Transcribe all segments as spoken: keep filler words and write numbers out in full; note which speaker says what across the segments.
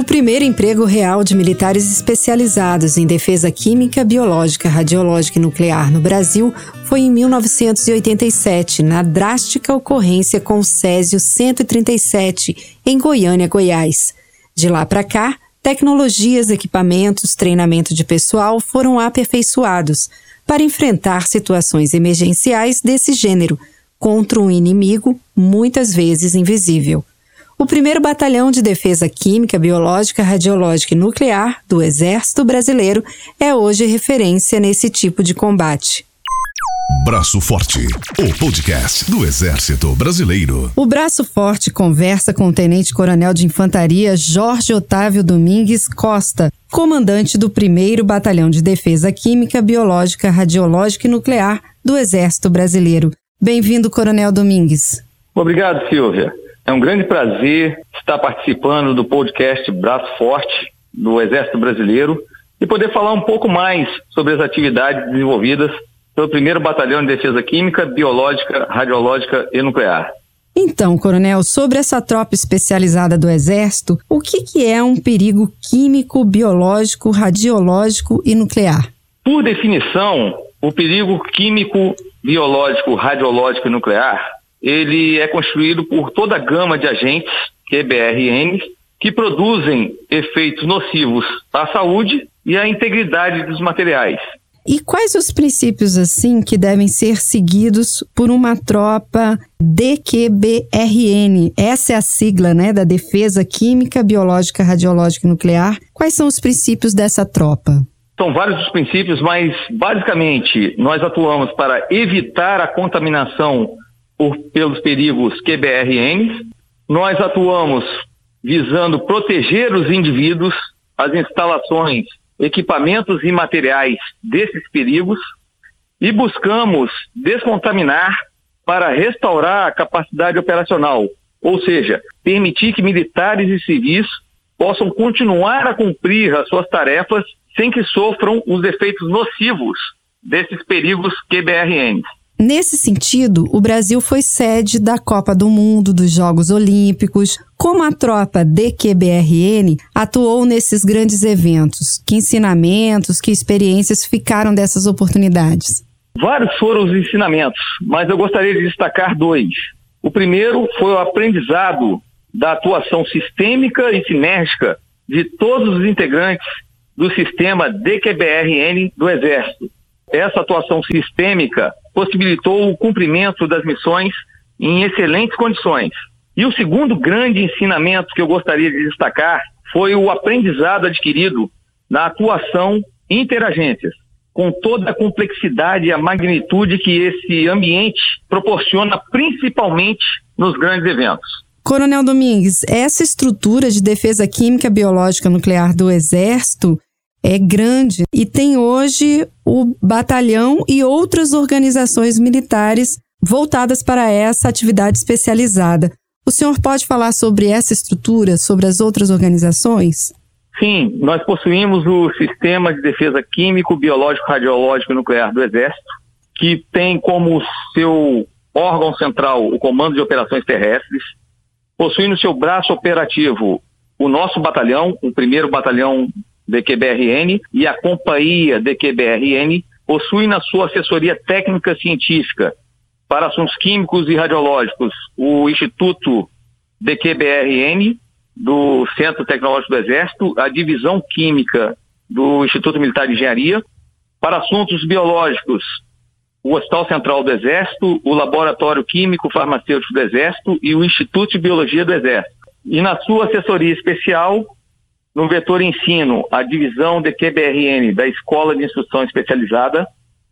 Speaker 1: primeiro emprego real de militares especializados em defesa química, biológica, radiológica e nuclear no Brasil foi em mil novecentos e oitenta e sete, na drástica ocorrência com o Césio cento e trinta e sete, em Goiânia, Goiás. De lá para cá, tecnologias, equipamentos, treinamento de pessoal foram aperfeiçoados para enfrentar situações emergenciais desse gênero, contra um inimigo muitas vezes invisível. O primeiro Batalhão de Defesa Química, Biológica, Radiológica e Nuclear do Exército Brasileiro é hoje referência nesse tipo de combate.
Speaker 2: Braço Forte, o podcast do Exército Brasileiro.
Speaker 1: O Braço Forte conversa com o Tenente-Coronel de Infantaria Jorge Otávio Domingues Costa, comandante do primeiro Batalhão de Defesa Química, Biológica, Radiológica e Nuclear do Exército Brasileiro. Bem-vindo, Coronel Domingues.
Speaker 3: Obrigado, Silvia. É um grande prazer estar participando do podcast Braço Forte do Exército Brasileiro e poder falar um pouco mais sobre as atividades desenvolvidas pelo primeiro Batalhão de Defesa Química, Biológica, Radiológica e Nuclear.
Speaker 1: Então, Coronel, sobre essa tropa especializada do Exército, o que, que é um perigo químico, biológico, radiológico e nuclear?
Speaker 3: Por definição, o perigo químico, biológico, radiológico e nuclear ele é constituído por toda a gama de agentes, Q B R N, que produzem efeitos nocivos à saúde e à integridade dos materiais.
Speaker 1: E quais os princípios, assim, que devem ser seguidos por uma tropa D Q B R N? Essa é a sigla, né, da Defesa Química, Biológica, Radiológica e Nuclear. Quais são os princípios dessa tropa?
Speaker 3: São vários os princípios, mas, basicamente, nós atuamos para evitar a contaminação Por, pelos perigos Q B R N, nós atuamos visando proteger os indivíduos, as instalações, equipamentos e materiais desses perigos e buscamos descontaminar para restaurar a capacidade operacional, ou seja, permitir que militares e civis possam continuar a cumprir as suas tarefas sem que sofram os efeitos nocivos desses perigos Q B R N.
Speaker 1: Nesse sentido, o Brasil foi sede da Copa do Mundo, dos Jogos Olímpicos. Como a tropa D Q B R N atuou nesses grandes eventos? Que ensinamentos, que experiências ficaram dessas oportunidades?
Speaker 3: Vários foram os ensinamentos, mas eu gostaria de destacar dois. O primeiro foi o aprendizado da atuação sistêmica e sinérgica de todos os integrantes do sistema D Q B R N do Exército. Essa atuação sistêmica possibilitou o cumprimento das missões em excelentes condições. E o segundo grande ensinamento que eu gostaria de destacar foi o aprendizado adquirido na atuação interagências, com toda a complexidade e a magnitude que esse ambiente proporciona, principalmente nos grandes eventos.
Speaker 1: Coronel Domingues, essa estrutura de defesa química, biológica, nuclear do Exército é grande e tem hoje o batalhão e outras organizações militares voltadas para essa atividade especializada. O senhor pode falar sobre essa estrutura, sobre as outras organizações?
Speaker 3: Sim, nós possuímos o Sistema de Defesa Químico, Biológico, Radiológico e Nuclear do Exército, que tem como seu órgão central o Comando de Operações Terrestres, possui no seu braço operativo o nosso batalhão, o primeiro Batalhão D Q B R N, e a Companhia D Q B R N possui na sua assessoria técnica científica para assuntos químicos e radiológicos o Instituto D Q B R N do Centro Tecnológico do Exército, a Divisão Química do Instituto Militar de Engenharia, para assuntos biológicos o Hospital Central do Exército, o Laboratório Químico Farmacêutico do Exército e o Instituto de Biologia do Exército. E na sua assessoria especial, no vetor ensino, a divisão D Q B R N da Escola de Instrução Especializada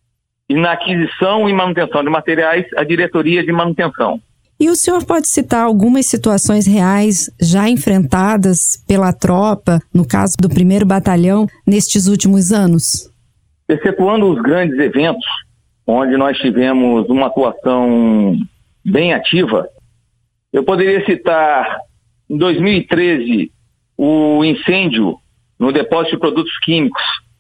Speaker 3: e na aquisição e manutenção de materiais, a diretoria de manutenção.
Speaker 1: E o senhor pode citar algumas situações reais já enfrentadas pela tropa, no caso do primeiro batalhão, nestes últimos anos?
Speaker 3: Excetuando os grandes eventos, onde nós tivemos uma atuação bem ativa, eu poderia citar, em dois mil e treze, o incêndio no depósito de produtos químicos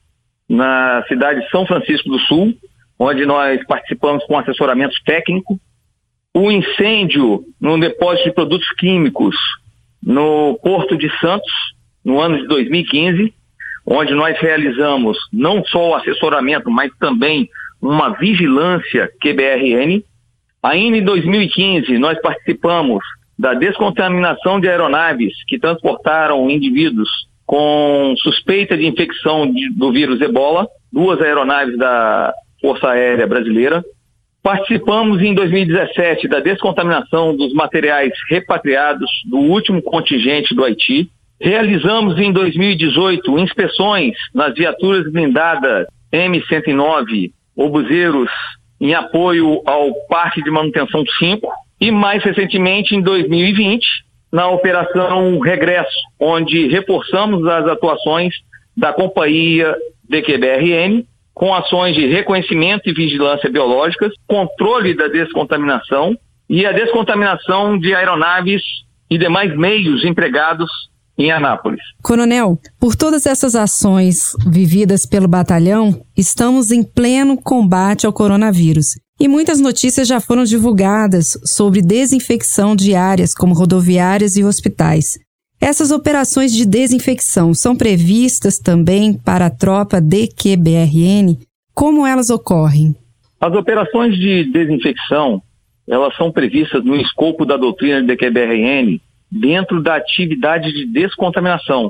Speaker 3: na cidade de São Francisco do Sul, onde nós participamos com assessoramento técnico. O incêndio no depósito de produtos químicos no Porto de Santos, no ano de dois mil e quinze, onde nós realizamos não só o assessoramento, mas também uma vigilância Q B R N. Ainda em dois mil e quinze, nós participamos da descontaminação de aeronaves que transportaram indivíduos com suspeita de infecção de, do vírus Ebola, duas aeronaves da Força Aérea Brasileira. Participamos em dois mil e dezessete da descontaminação dos materiais repatriados do último contingente do Haiti. Realizamos em dois mil e dezoito inspeções nas viaturas blindadas M cento e nove Obuzeiros em apoio ao Parque de Manutenção cinco. E mais recentemente, em dois mil e vinte, na Operação Regresso, onde reforçamos as atuações da Companhia D Q B R N, com ações de reconhecimento e vigilância biológicas, controle da descontaminação e a descontaminação de aeronaves e demais meios empregados em Anápolis.
Speaker 1: Coronel, por todas essas ações vividas pelo batalhão, estamos em pleno combate ao coronavírus. E muitas notícias já foram divulgadas sobre desinfecção de áreas como rodoviárias e hospitais. Essas operações de desinfecção são previstas também para a tropa D Q B R N? Como elas ocorrem?
Speaker 3: As operações de desinfecção, elas são previstas no escopo da doutrina D Q B R N dentro da atividade de descontaminação,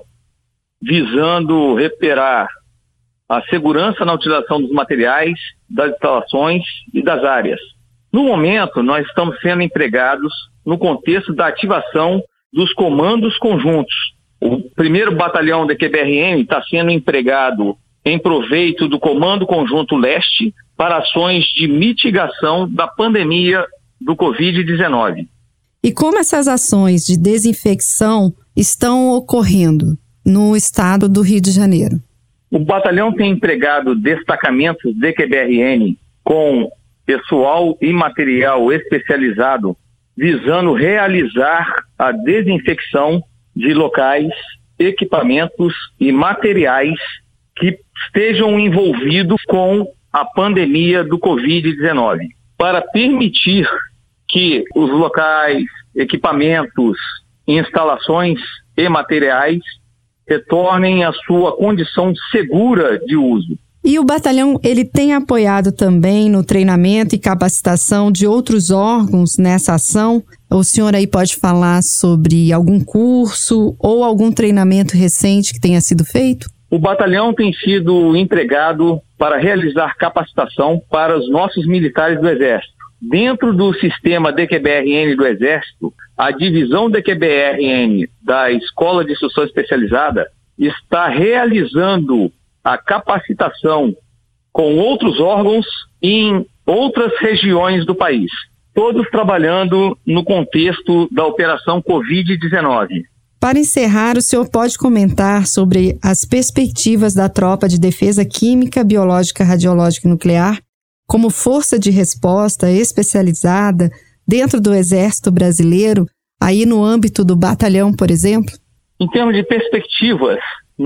Speaker 3: visando recuperar a segurança na utilização dos materiais, das instalações e das áreas. No momento, nós estamos sendo empregados no contexto da ativação dos comandos conjuntos. O primeiro batalhão da Q B R N está sendo empregado em proveito do Comando Conjunto Leste para ações de mitigação da pandemia do covid dezenove.
Speaker 1: E como essas ações de desinfecção estão ocorrendo no estado do Rio de Janeiro?
Speaker 3: O batalhão tem empregado destacamentos D Q B R N com pessoal e material especializado, visando realizar a desinfecção de locais, equipamentos e materiais que estejam envolvidos com a pandemia do covid dezenove, para permitir que os locais, equipamentos, instalações e materiais retornem à sua condição segura de uso.
Speaker 1: E o batalhão, ele tem apoiado também no treinamento e capacitação de outros órgãos nessa ação? O senhor aí pode falar sobre algum curso ou algum treinamento recente que tenha sido feito?
Speaker 3: O batalhão tem sido empregado para realizar capacitação para os nossos militares do Exército. Dentro do sistema D Q B R N do Exército, a divisão D Q B R N da Escola de Instrução Especializada está realizando a capacitação com outros órgãos em outras regiões do país, todos trabalhando no contexto da Operação covid dezenove.
Speaker 1: Para encerrar, o senhor pode comentar sobre as perspectivas da Tropa de Defesa Química, Biológica, Radiológica e Nuclear como força de resposta especializada dentro do Exército Brasileiro, aí no âmbito do batalhão, por exemplo?
Speaker 3: Em termos de perspectivas,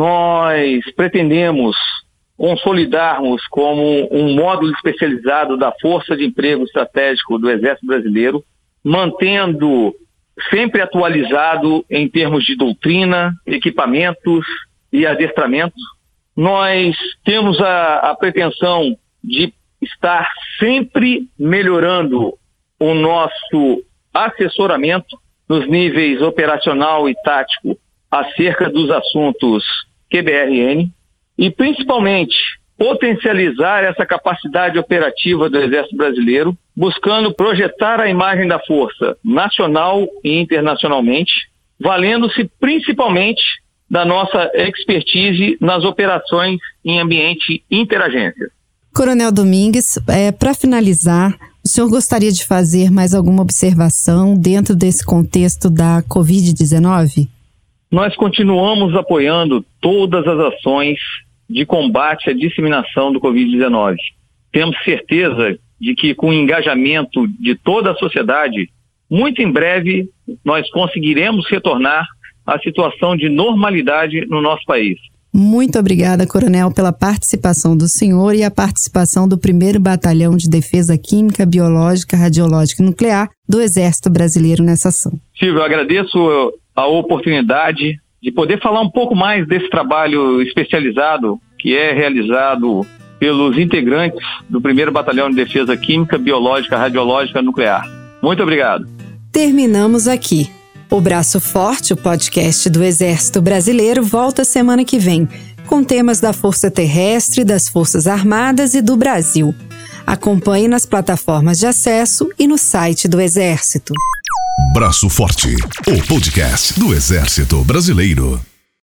Speaker 3: nós pretendemos consolidarmos como um módulo especializado da Força de Emprego Estratégico do Exército Brasileiro, mantendo sempre atualizado em termos de doutrina, equipamentos e adestramentos. Nós temos a, a pretensão de estar sempre melhorando o nosso assessoramento nos níveis operacional e tático acerca dos assuntos Q B R N e, principalmente, potencializar essa capacidade operativa do Exército Brasileiro, buscando projetar a imagem da força nacional e internacionalmente, valendo-se principalmente da nossa expertise nas operações em ambiente interagência.
Speaker 1: Coronel Domingues, é, para finalizar, o senhor gostaria de fazer mais alguma observação dentro desse contexto da covid dezenove?
Speaker 3: Nós continuamos apoiando todas as ações de combate à disseminação do covid dezenove. Temos certeza de que, com o engajamento de toda a sociedade, muito em breve nós conseguiremos retornar à situação de normalidade no nosso país.
Speaker 1: Muito obrigada, Coronel, pela participação do senhor e a participação do primeiro Batalhão de Defesa Química, Biológica, Radiológica e Nuclear do Exército Brasileiro nessa ação.
Speaker 3: Silvio, eu agradeço a oportunidade de poder falar um pouco mais desse trabalho especializado que é realizado pelos integrantes do primeiro Batalhão de Defesa Química, Biológica, Radiológica Nuclear. Muito obrigado.
Speaker 1: Terminamos aqui. O Braço Forte, o podcast do Exército Brasileiro, volta semana que vem, com temas da Força Terrestre, das Forças Armadas e do Brasil. Acompanhe nas plataformas de acesso e no site do Exército.
Speaker 2: Braço Forte, o podcast do Exército Brasileiro.